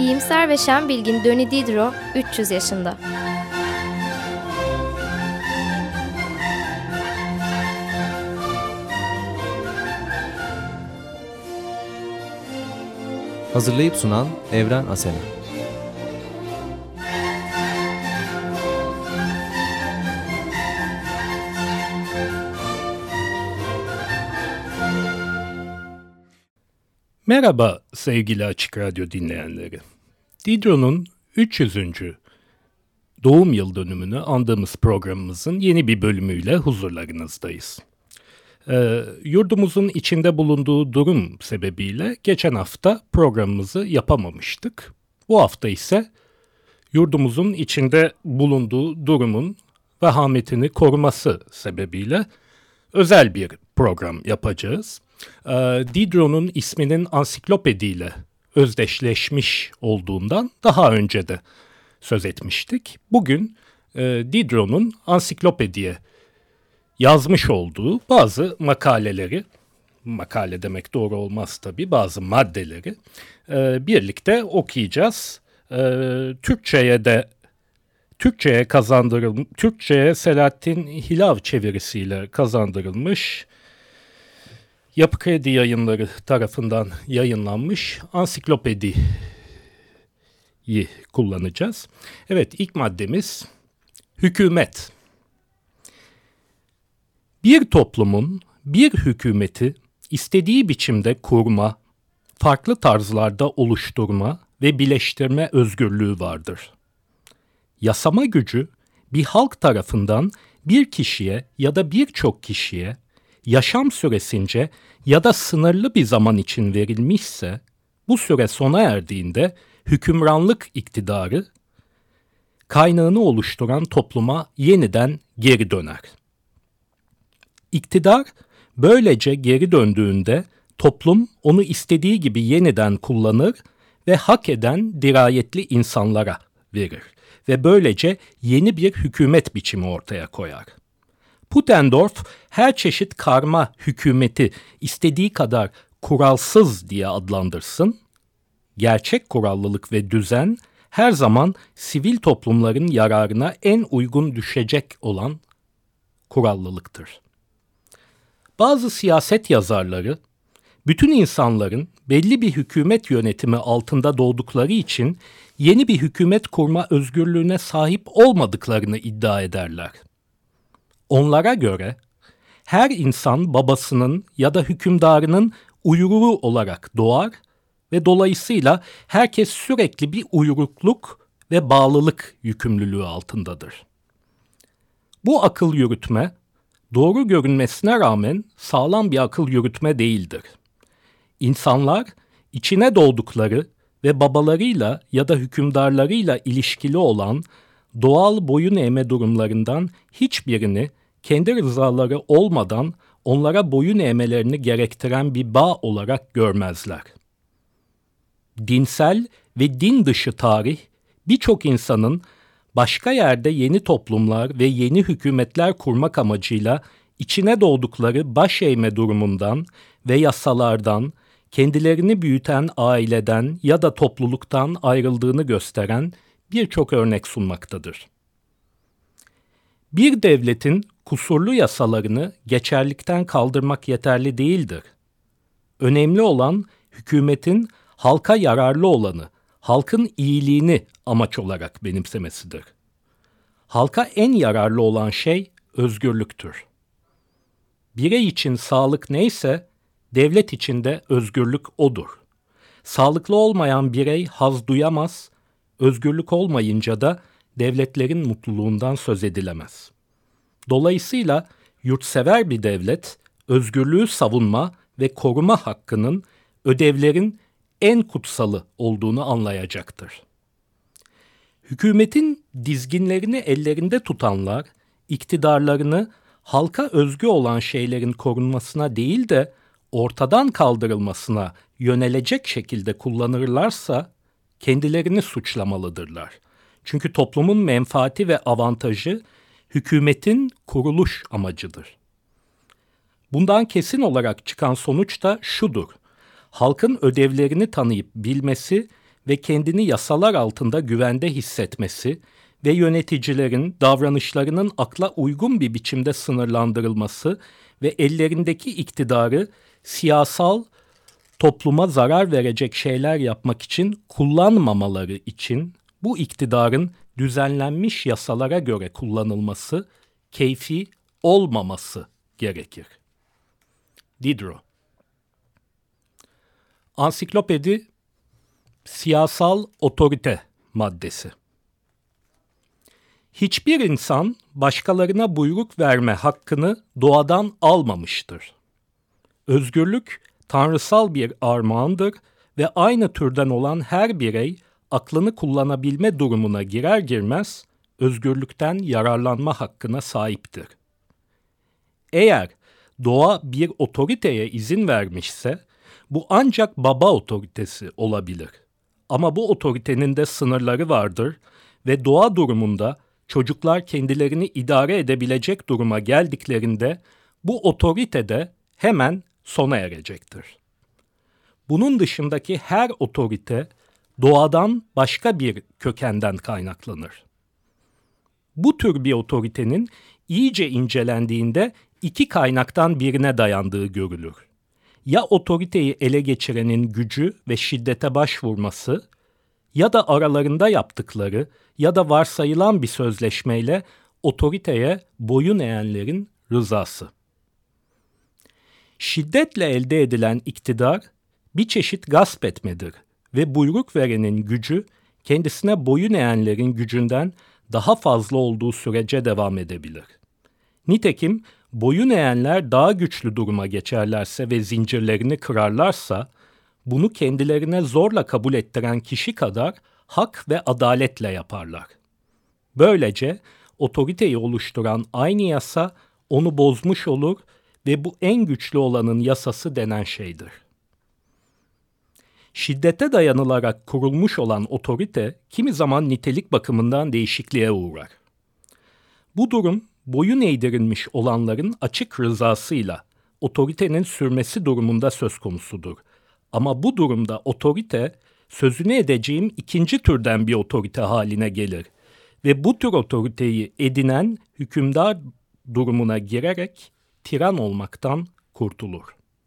İyimser ve şen bilgin Döni Diderot 300 yaşında. Hazırlayıp sunan Evren Asena. Merhaba sevgili Açık Radyo dinleyenleri. Diderot'un 300. doğum yıl dönümünü andığımız programımızın yeni bir bölümüyle huzurlarınızdayız. Yurdumuzun içinde bulunduğu durum sebebiyle geçen hafta programımızı yapamamıştık. Bu hafta ise yurdumuzun içinde bulunduğu durumun vehametini koruması sebebiyle özel bir program yapacağız. Diderot'un isminin ansiklopediyle özdeşleşmiş olduğundan daha önce de söz etmiştik. Bugün Diderot'un ansiklopediye yazmış olduğu bazı makaleleri, makale demek doğru olmaz tabii, bazı maddeleri birlikte okuyacağız. Türkçe'ye Selahattin Hilav çevirisiyle kazandırılmış, Yapı Kredi Yayınları tarafından yayınlanmış ansiklopediyi kullanacağız. Evet, ilk maddemiz hükümet. Bir toplumun bir hükümeti istediği biçimde kurma, farklı tarzlarda oluşturma ve birleştirme özgürlüğü vardır. Yasama gücü bir halk tarafından bir kişiye ya da birçok kişiye yaşam süresince ya da sınırlı bir zaman için verilmişse, bu süre sona erdiğinde hükümranlık iktidarı kaynağını oluşturan topluma yeniden geri döner. İktidar böylece geri döndüğünde toplum onu istediği gibi yeniden kullanır ve hak eden dirayetli insanlara verir ve böylece yeni bir hükümet biçimi ortaya koyar. Putendorf her çeşit karma hükümeti istediği kadar kuralsız diye adlandırsın, gerçek kurallılık ve düzen her zaman sivil toplumların yararına en uygun düşecek olan kurallılıktır. Bazı siyaset yazarları, bütün insanların belli bir hükümet yönetimi altında doğdukları için yeni bir hükümet kurma özgürlüğüne sahip olmadıklarını iddia ederler. Onlara göre her insan babasının ya da hükümdarının uyruğu olarak doğar ve dolayısıyla herkes sürekli bir uyrukluk ve bağlılık yükümlülüğü altındadır. Bu akıl yürütme, doğru görünmesine rağmen sağlam bir akıl yürütme değildir. İnsanlar içine doğdukları ve babalarıyla ya da hükümdarlarıyla ilişkili olan doğal boyun eğme durumlarından hiçbirini kendi rızaları olmadan onlara boyun eğmelerini gerektiren bir bağ olarak görmezler. Dinsel ve din dışı tarih birçok insanın başka yerde yeni toplumlar ve yeni hükümetler kurmak amacıyla içine doğdukları baş eğme durumundan ve yasalardan, kendilerini büyüten aileden ya da topluluktan ayrıldığını gösteren birçok örnek sunmaktadır. Bir devletin kusurlu yasalarını geçerlikten kaldırmak yeterli değildir. Önemli olan hükümetin halka yararlı olanı, halkın iyiliğini amaç olarak benimsemesidir. Halka en yararlı olan şey özgürlüktür. Birey için sağlık neyse, devlet için de özgürlük odur. Sağlıklı olmayan birey haz duyamaz, özgürlük olmayınca da devletlerin mutluluğundan söz edilemez. Dolayısıyla yurtsever bir devlet, özgürlüğü savunma ve koruma hakkının ödevlerin en kutsalı olduğunu anlayacaktır. Hükümetin dizginlerini ellerinde tutanlar, iktidarlarını halka özgü olan şeylerin korunmasına değil de ortadan kaldırılmasına yönelecek şekilde kullanırlarsa kendilerini suçlamalıdırlar. Çünkü toplumun menfaati ve avantajı hükümetin kuruluş amacıdır. Bundan kesin olarak çıkan sonuç da şudur: halkın ödevlerini tanıyıp bilmesi ve kendini yasalar altında güvende hissetmesi ve yöneticilerin davranışlarının akla uygun bir biçimde sınırlandırılması ve ellerindeki iktidarı siyasal, topluma zarar verecek şeyler yapmak için kullanmamaları için bu iktidarın düzenlenmiş yasalara göre kullanılması, keyfi olmaması gerekir. Diderot. Ansiklopedi Siyasal Otorite maddesi. Hiçbir insan başkalarına buyruk verme hakkını doğadan almamıştır. Özgürlük tanrısal bir armağandır ve aynı türden olan her birey aklını kullanabilme durumuna girer girmez özgürlükten yararlanma hakkına sahiptir. Eğer doğa bir otoriteye izin vermişse bu ancak baba otoritesi olabilir. Ama bu otoritenin de sınırları vardır ve doğa durumunda çocuklar kendilerini idare edebilecek duruma geldiklerinde bu otorite de hemen sona erecektir. Bunun dışındaki her otorite doğadan başka bir kökenden kaynaklanır. Bu tür bir otoritenin iyice incelendiğinde iki kaynaktan birine dayandığı görülür. Ya otoriteyi ele geçirenin gücü ve şiddete başvurması ya da aralarında yaptıkları ya da varsayılan bir sözleşmeyle otoriteye boyun eğenlerin rızası. Şiddetle elde edilen iktidar bir çeşit gasp etmedir ve buyruk verenin gücü kendisine boyun eğenlerin gücünden daha fazla olduğu sürece devam edebilir. Nitekim boyun eğenler daha güçlü duruma geçerlerse ve zincirlerini kırarlarsa, bunu kendilerine zorla kabul ettiren kişi kadar hak ve adaletle yaparlar. Böylece otoriteyi oluşturan aynı yasa onu bozmuş olur ve bu en güçlü olanın yasası denen şeydir. Şiddete dayanılarak kurulmuş olan otorite kimi zaman nitelik bakımından değişikliğe uğrar. Bu durum boyun eğdirilmiş olanların açık rızasıyla otoritenin sürmesi durumunda söz konusudur. Ama bu durumda otorite sözünü edeceğim ikinci türden bir otorite haline gelir ve bu tür otoriteyi edinen hükümdar durumuna girerek tiran olmaktan kurtulur.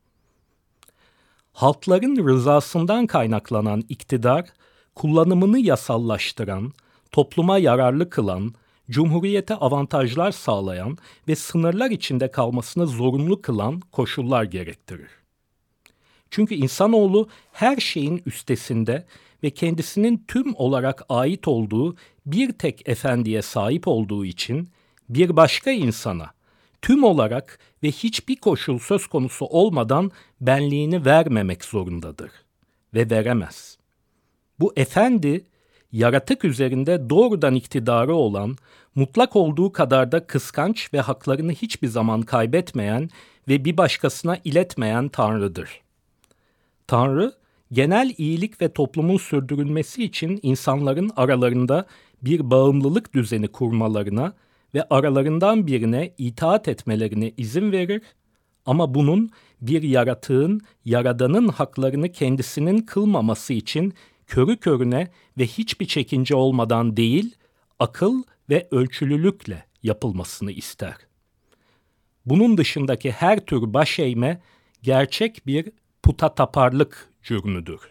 Halkların rızasından kaynaklanan iktidar, kullanımını yasallaştıran, topluma yararlı kılan, cumhuriyete avantajlar sağlayan ve sınırlar içinde kalmasını zorunlu kılan koşullar gerektirir. Çünkü insanoğlu her şeyin üstesinde ve kendisinin tüm olarak ait olduğu bir tek efendiye sahip olduğu için bir başka insana tüm olarak ve hiçbir koşul söz konusu olmadan benliğini vermemek zorundadır ve veremez. Bu efendi, yaratık üzerinde doğrudan iktidarı olan, mutlak olduğu kadar da kıskanç ve haklarını hiçbir zaman kaybetmeyen ve bir başkasına iletmeyen Tanrı'dır. Tanrı, genel iyilik ve toplumun sürdürülmesi için insanların aralarında bir bağımlılık düzeni kurmalarına ve aralarından birine itaat etmelerine izin verir ama bunun bir yaratığın, yaradanın haklarını kendisinin kılmaması için körü körüne ve hiçbir çekince olmadan değil, akıl ve ölçülülükle yapılmasını ister. Bunun dışındaki her tür baş eğme gerçek bir putataparlık cürmüdür.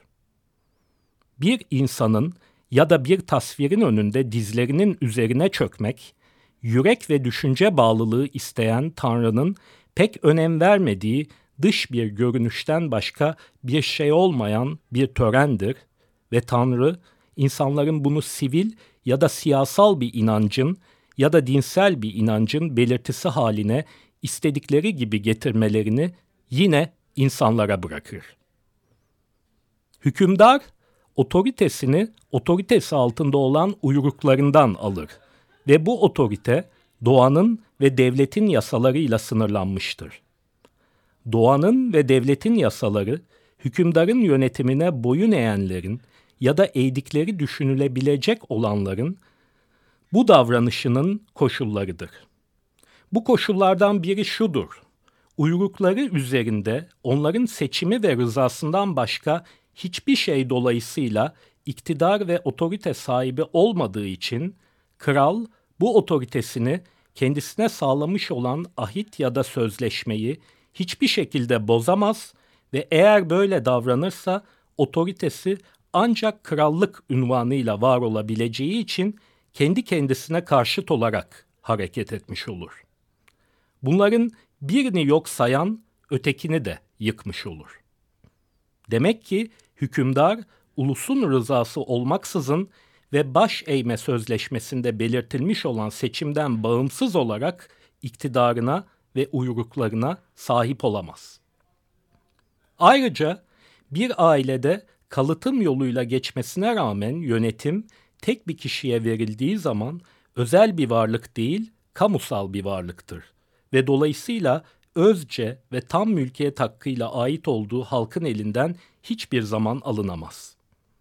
Bir insanın ya da bir tasvirin önünde dizlerinin üzerine çökmek, yürek ve düşünce bağlılığı isteyen Tanrı'nın pek önem vermediği dış bir görünüşten başka bir şey olmayan bir törendir ve Tanrı, insanların bunu sivil ya da siyasal bir inancın ya da dinsel bir inancın belirtisi haline istedikleri gibi getirmelerini yine insanlara bırakır. Hükümdar, otoritesini otoritesi altında olan uyruklarından alır ve bu otorite doğanın ve devletin yasalarıyla sınırlanmıştır. Doğanın ve devletin yasaları, hükümdarın yönetimine boyun eğenlerin ya da eğdikleri düşünülebilecek olanların bu davranışının koşullarıdır. Bu koşullardan biri şudur: uyrukları üzerinde onların seçimi ve rızasından başka hiçbir şey dolayısıyla iktidar ve otorite sahibi olmadığı için kral bu otoritesini kendisine sağlamış olan ahit ya da sözleşmeyi hiçbir şekilde bozamaz ve eğer böyle davranırsa otoritesi ancak krallık unvanıyla var olabileceği için kendi kendisine karşıt olarak hareket etmiş olur. Bunların birini yok sayan ötekini de yıkmış olur. Demek ki hükümdar ulusun rızası olmaksızın ve baş eğme sözleşmesinde belirtilmiş olan seçimden bağımsız olarak iktidarına ve uyruklarına sahip olamaz. Ayrıca bir ailede kalıtım yoluyla geçmesine rağmen yönetim tek bir kişiye verildiği zaman özel bir varlık değil, kamusal bir varlıktır ve dolayısıyla özce ve tam mülkiyet hakkıyla ait olduğu halkın elinden hiçbir zaman alınamaz.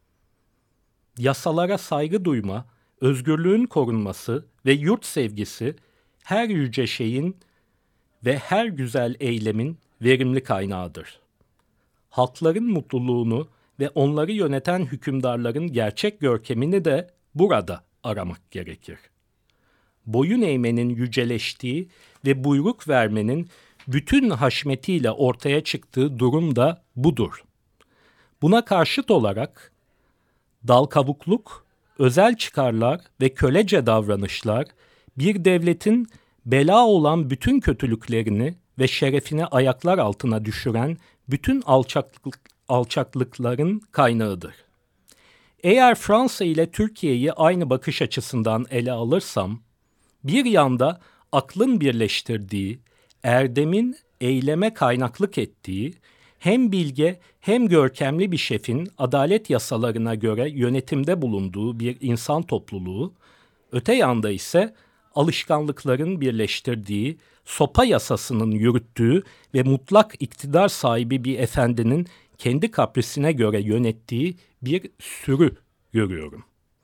Yasalara saygı duyma, özgürlüğün korunması ve yurt sevgisi her yüce şeyin ve her güzel eylemin verimli kaynağıdır. Halkların mutluluğunu ve onları yöneten hükümdarların gerçek görkemini de burada aramak gerekir. Boyun eğmenin yüceleştiği ve buyruk vermenin bütün haşmetiyle ortaya çıktığı durum da budur. Buna karşıt olarak dal kavukluk, özel çıkarlar ve kölece davranışlar bir devletin bela olan bütün kötülüklerini ve şerefini ayaklar altına düşüren bütün alçaklıkların kaynağıdır. Eğer Fransa ile Türkiye'yi aynı bakış açısından ele alırsam, bir yanda aklın birleştirdiği, erdemin eyleme kaynaklık ettiği, hem bilge hem görkemli bir şefin adalet yasalarına göre yönetimde bulunduğu bir insan topluluğu, öte yanda ise alışkanlıkların birleştirdiği, sopa yasasının yürüttüğü ve mutlak iktidar sahibi bir efendinin kendi kaprisine göre yönettiği bir sürü görüyorum.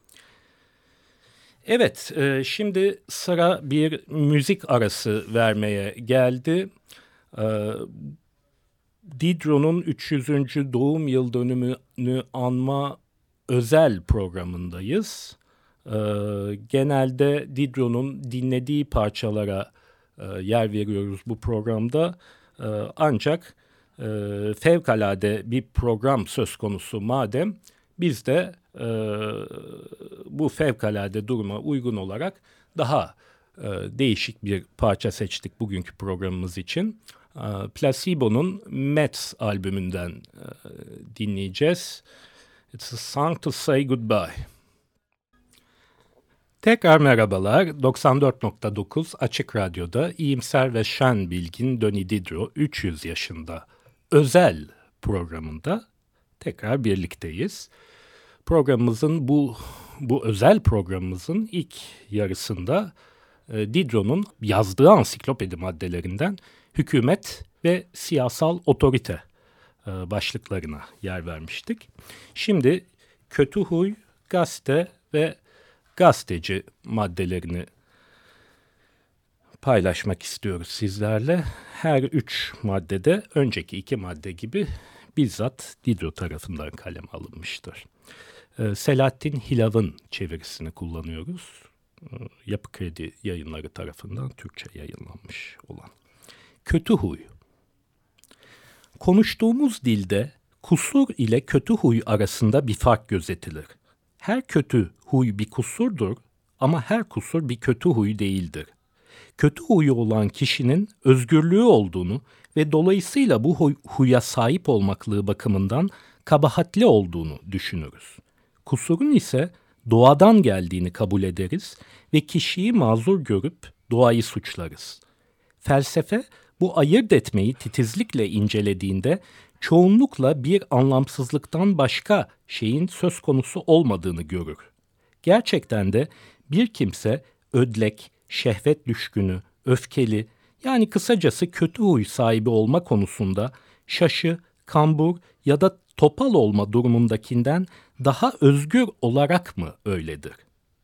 Evet, şimdi sıra bir müzik arası vermeye geldi. Diderot'un 300. doğum yıl dönümünü anma özel programındayız. Genelde Diderot'un dinlediği parçalara yer veriyoruz bu programda. Ancak fevkalade bir program söz konusu madem, biz de bu fevkalade duruma uygun olarak daha değişik bir parça seçtik bugünkü programımız için. Placebo'nun Metz albümünden dinleyeceğiz. It's a song to say goodbye. Tekrar merhabalar. 94.9 Açık Radyo'da iyimser ve şen bilgin Döni Diderot 300 yaşında özel programında tekrar birlikteyiz. Programımızın bu özel programımızın ilk yarısında Diderot'un yazdığı ansiklopedi maddelerinden hükümet ve siyasal otorite başlıklarına yer vermiştik. Şimdi kötü huy, gazete ve gazeteci maddelerini paylaşmak istiyoruz sizlerle. Her 3 maddede önceki 2 madde gibi bizzat Diderot tarafından kaleme alınmıştır. Selahattin Hilav'ın çevirisini kullanıyoruz. Yapı Kredi Yayınları tarafından Türkçe yayınlanmış olan. Kötü huy. Konuştuğumuz dilde kusur ile kötü huy arasında bir fark gözetilir. Her kötü huy bir kusurdur ama her kusur bir kötü huy değildir. Kötü huyu olan kişinin özgürlüğü olduğunu ve dolayısıyla bu huya sahip olmaklığı bakımından kabahatli olduğunu düşünürüz. Kusurun ise doğadan geldiğini kabul ederiz ve kişiyi mazur görüp doğayı suçlarız. Felsefe bu ayırt etmeyi titizlikle incelediğinde çoğunlukla bir anlamsızlıktan başka şeyin söz konusu olmadığını görür. Gerçekten de bir kimse ödlek, şehvet düşkünü, öfkeli, yani kısacası kötü huy sahibi olma konusunda şaşı, kambur ya da topal olma durumundakinden daha özgür olarak mı öyledir?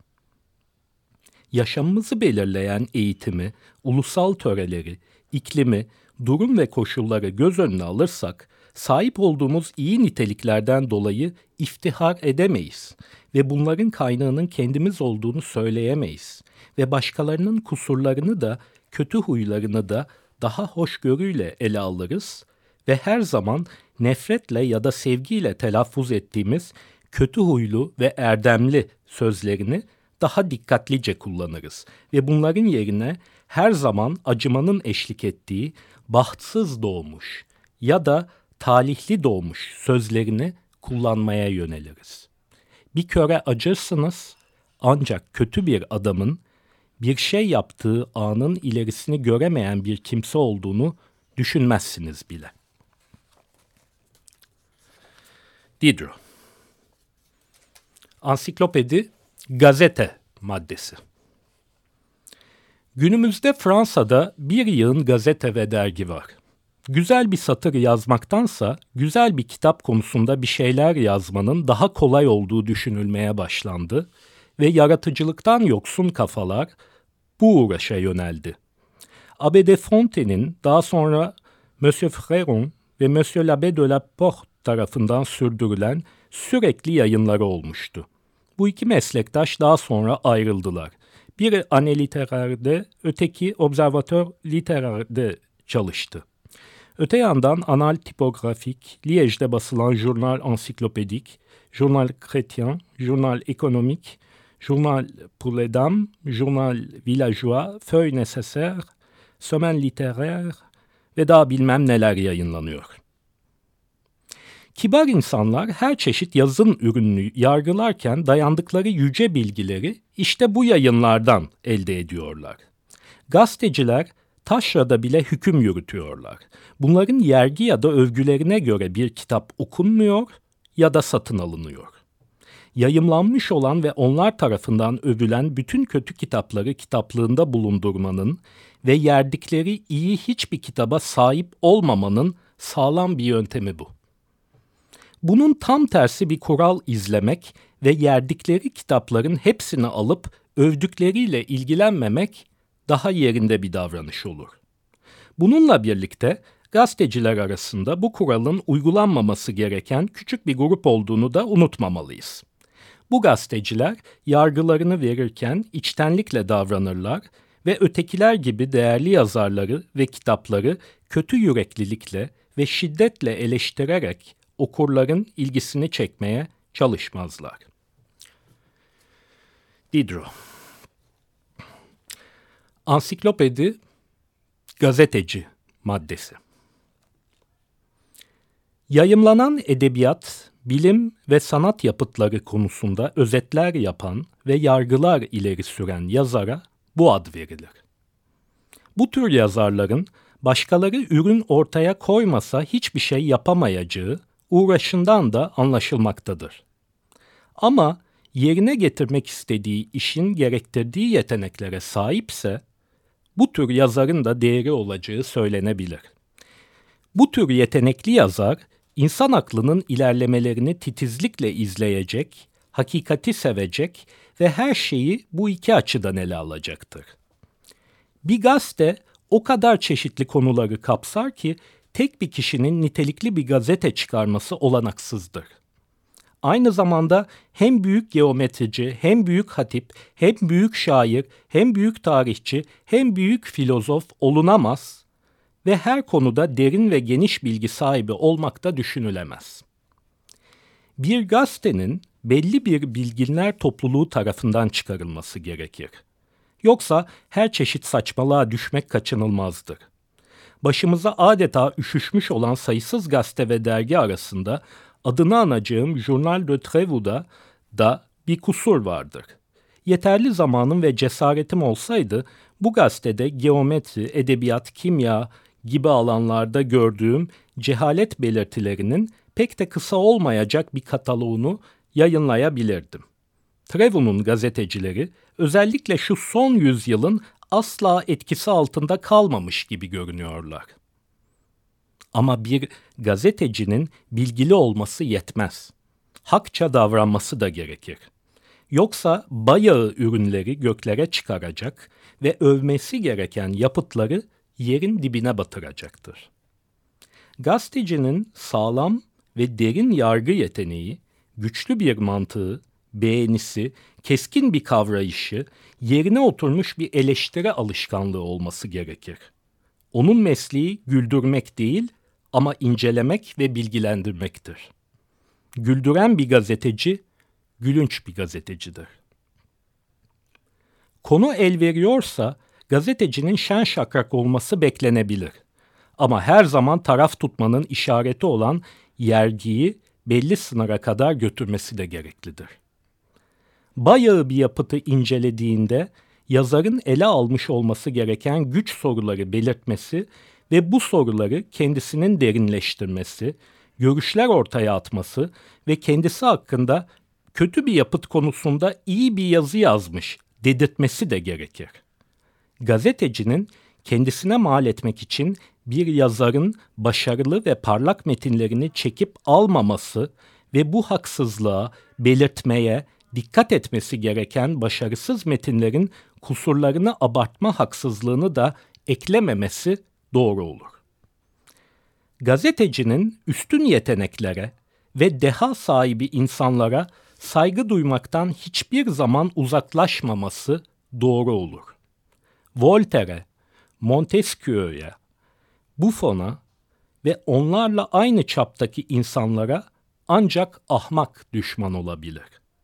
Yaşamımızı belirleyen eğitimi, ulusal töreleri, iklimi, durum ve koşulları göz önüne alırsak, sahip olduğumuz iyi niteliklerden dolayı iftihar edemeyiz ve bunların kaynağının kendimiz olduğunu söyleyemeyiz ve başkalarının kusurlarını da kötü huylarını da daha hoşgörüyle ele alırız ve her zaman nefretle ya da sevgiyle telaffuz ettiğimiz kötü huylu ve erdemli sözlerini daha dikkatlice kullanırız ve bunların yerine her zaman acımanın eşlik ettiği bahtsız doğmuş ya da talihli doğmuş sözlerini kullanmaya yöneliriz. Bir köre acırsınız ancak kötü bir adamın bir şey yaptığı anın ilerisini göremeyen bir kimse olduğunu düşünmezsiniz bile. Diderot. Ansiklopedi gazete maddesi. Günümüzde Fransa'da bir yığın gazete ve dergi var. Güzel bir satır yazmaktansa güzel bir kitap konusunda bir şeyler yazmanın daha kolay olduğu düşünülmeye başlandı ve yaratıcılıktan yoksun kafalar bu uğraşa yöneldi. Abbé de Fontaine'in daha sonra Monsieur Fréron ve Monsieur l'Abbé de la Porte tarafından sürdürülen sürekli yayınları olmuştu. Bu iki meslektaş daha sonra ayrıldılar. Biri Année Littéraire, öteki Observateur Littéraire çalıştı. Öte yandan Anal Tipografik, Liège'de basılan Journal Encyclopédique, Journal Chrétien, Journal Économique, Journal pour les Dames, Journal Villageois, Feuille Nécessaire, Semaine Littéraire ve daha bilmem neler yayınlanıyor. Kibar insanlar her çeşit yazın ürününü yargılarken dayandıkları yüce bilgileri işte bu yayınlardan elde ediyorlar. Gazeteciler taşrada bile hüküm yürütüyorlar. Bunların yergi ya da övgülerine göre bir kitap okunmuyor ya da satın alınıyor. Yayımlanmış olan ve onlar tarafından övülen bütün kötü kitapları kitaplığında bulundurmanın ve yerdikleri iyi hiçbir kitaba sahip olmamanın sağlam bir yöntemi bu. Bunun tam tersi bir kural izlemek ve yerdikleri kitapların hepsini alıp övdükleriyle ilgilenmemek daha yerinde bir davranış olur. Bununla birlikte gazeteciler arasında bu kuralın uygulanmaması gereken küçük bir grup olduğunu da unutmamalıyız. Bu gazeteciler yargılarını verirken içtenlikle davranırlar ve ötekiler gibi değerli yazarları ve kitapları kötü yüreklilikle ve şiddetle eleştirerek okurların ilgisini çekmeye çalışmazlar. Diderot. Ansiklopedi gazeteci maddesi. Yayımlanan edebiyat, bilim ve sanat yapıtları konusunda özetler yapan ve yargılar ileri süren yazara bu ad verilir. Bu tür yazarların başkaları ürün ortaya koymasa hiçbir şey yapamayacağı uğraşından da anlaşılmaktadır. Ama yerine getirmek istediği işin gerektirdiği yeteneklere sahipse, bu tür yazarın da değeri olacağı söylenebilir. Bu tür yetenekli yazar, insan aklının ilerlemelerini titizlikle izleyecek, hakikati sevecek ve her şeyi bu iki açıdan ele alacaktır. Bir gazete o kadar çeşitli konuları kapsar ki, tek bir kişinin nitelikli bir gazete çıkarması olanaksızdır. Aynı zamanda hem büyük geometrici, hem büyük hatip, hem büyük şair, hem büyük tarihçi, hem büyük filozof olunamaz ve her konuda derin ve geniş bilgi sahibi olmak da düşünülemez. Bir gazetenin belli bir bilginler topluluğu tarafından çıkarılması gerekir. Yoksa her çeşit saçmalığa düşmek kaçınılmazdır. Başımıza adeta üşüşmüş olan sayısız gazete ve dergi arasında adını anacağım Journal de Trévous'da da bir kusur vardır. Yeterli zamanım ve cesaretim olsaydı bu gazetede geometri, edebiyat, kimya gibi alanlarda gördüğüm cehalet belirtilerinin pek de kısa olmayacak bir kataloğunu yayınlayabilirdim. Trévous'un gazetecileri özellikle şu son yüzyılın asla etkisi altında kalmamış gibi görünüyorlar. Ama bir gazetecinin bilgili olması yetmez. Hakça davranması da gerekir. Yoksa bayağı ürünleri göklere çıkaracak ve övmesi gereken yapıtları yerin dibine batıracaktır. Gazetecinin sağlam ve derin yargı yeteneği, güçlü bir mantığı, beğenisi, keskin bir kavrayışı, yerine oturmuş bir eleştiri alışkanlığı olması gerekir. Onun mesleği güldürmek değil ama incelemek ve bilgilendirmektir. Güldüren bir gazeteci, gülünç bir gazetecidir. Konu el veriyorsa gazetecinin şen şakrak olması beklenebilir. Ama her zaman taraf tutmanın işareti olan yergiyi belli sınıra kadar götürmesi de gereklidir. Bayağı bir yapıtı incelediğinde yazarın ele almış olması gereken güç soruları belirtmesi ve bu soruları kendisinin derinleştirmesi, görüşler ortaya atması ve kendisi hakkında kötü bir yapıt konusunda iyi bir yazı yazmış dedirtmesi de gerekir. Gazetecinin kendisine mal etmek için bir yazarın başarılı ve parlak metinlerini çekip almaması ve bu haksızlığa, belirtmeye, dikkat etmesi gereken başarısız metinlerin kusurlarını abartma haksızlığını da eklememesi doğru olur. Gazetecinin üstün yeteneklere ve deha sahibi insanlara saygı duymaktan hiçbir zaman uzaklaşmaması doğru olur. Voltaire'e, Montesquieu'ya, Buffon'a ve onlarla aynı çaptaki insanlara ancak ahmak düşman olabilir.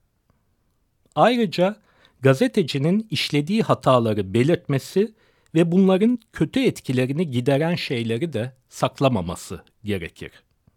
Ayrıca gazetecinin işlediği hataları belirtmesi ve bunların kötü etkilerini gideren şeyleri de saklamaması gerekir.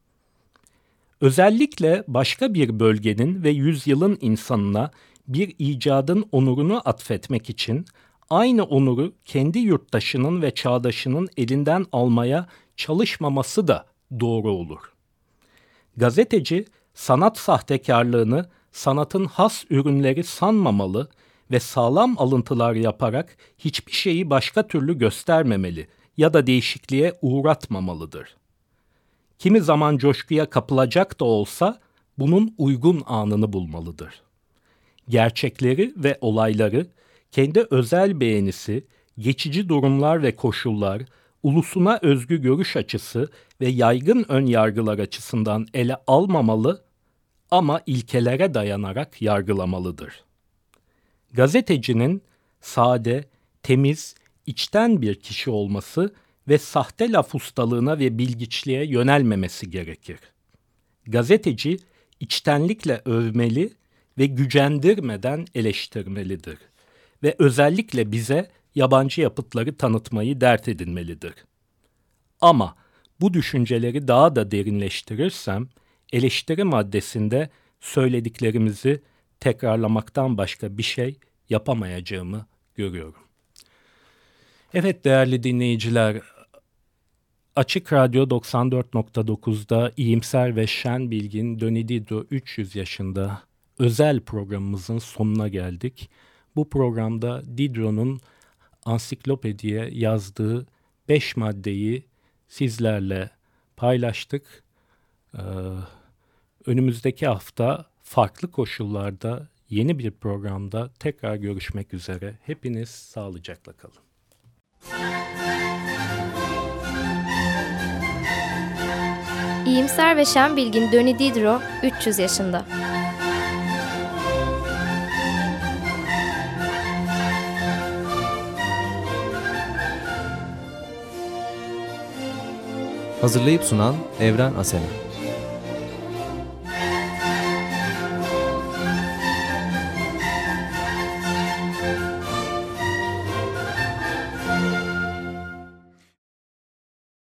Özellikle başka bir bölgenin ve yüzyılın insanına bir icadın onurunu atfetmek için aynı onuru kendi yurttaşının ve çağdaşının elinden almaya çalışmaması da doğru olur. Gazeteci sanat sahtekarlığını sanatın has ürünleri sanmamalı ve sağlam alıntılar yaparak hiçbir şeyi başka türlü göstermemeli ya da değişikliğe uğratmamalıdır. Kimi zaman coşkuya kapılacak da olsa bunun uygun anını bulmalıdır. Gerçekleri ve olayları kendi özel beğenisi, geçici durumlar ve koşullar, ulusuna özgü görüş açısı ve yaygın ön yargılar açısından ele almamalı ama ilkelere dayanarak yargılamalıdır. Gazetecinin sade, temiz, içten bir kişi olması ve sahte laf ustalığına ve bilgiçliğe yönelmemesi gerekir. Gazeteci içtenlikle övmeli ve gücendirmeden eleştirmelidir ve özellikle bize yabancı yapıtları tanıtmayı dert edinmelidir. Ama bu düşünceleri daha da derinleştirirsem, eleştiri maddesinde söylediklerimizi tekrarlamaktan başka bir şey yapamayacağımı görüyorum. Evet değerli dinleyiciler, Açık Radyo 94.9'da iyimser ve şen bilgin Dönedido 300 yaşında özel programımızın sonuna geldik. Bu programda Diderot'un ansiklopediye yazdığı 5 maddeyi sizlerle paylaştık. Önümüzdeki hafta farklı koşullarda yeni bir programda tekrar görüşmek üzere. Hepiniz sağlıcakla kalın. İyimser ve şen bilgin Dönedido 300 yaşında. Hazırlayıp sunan Evren Asena.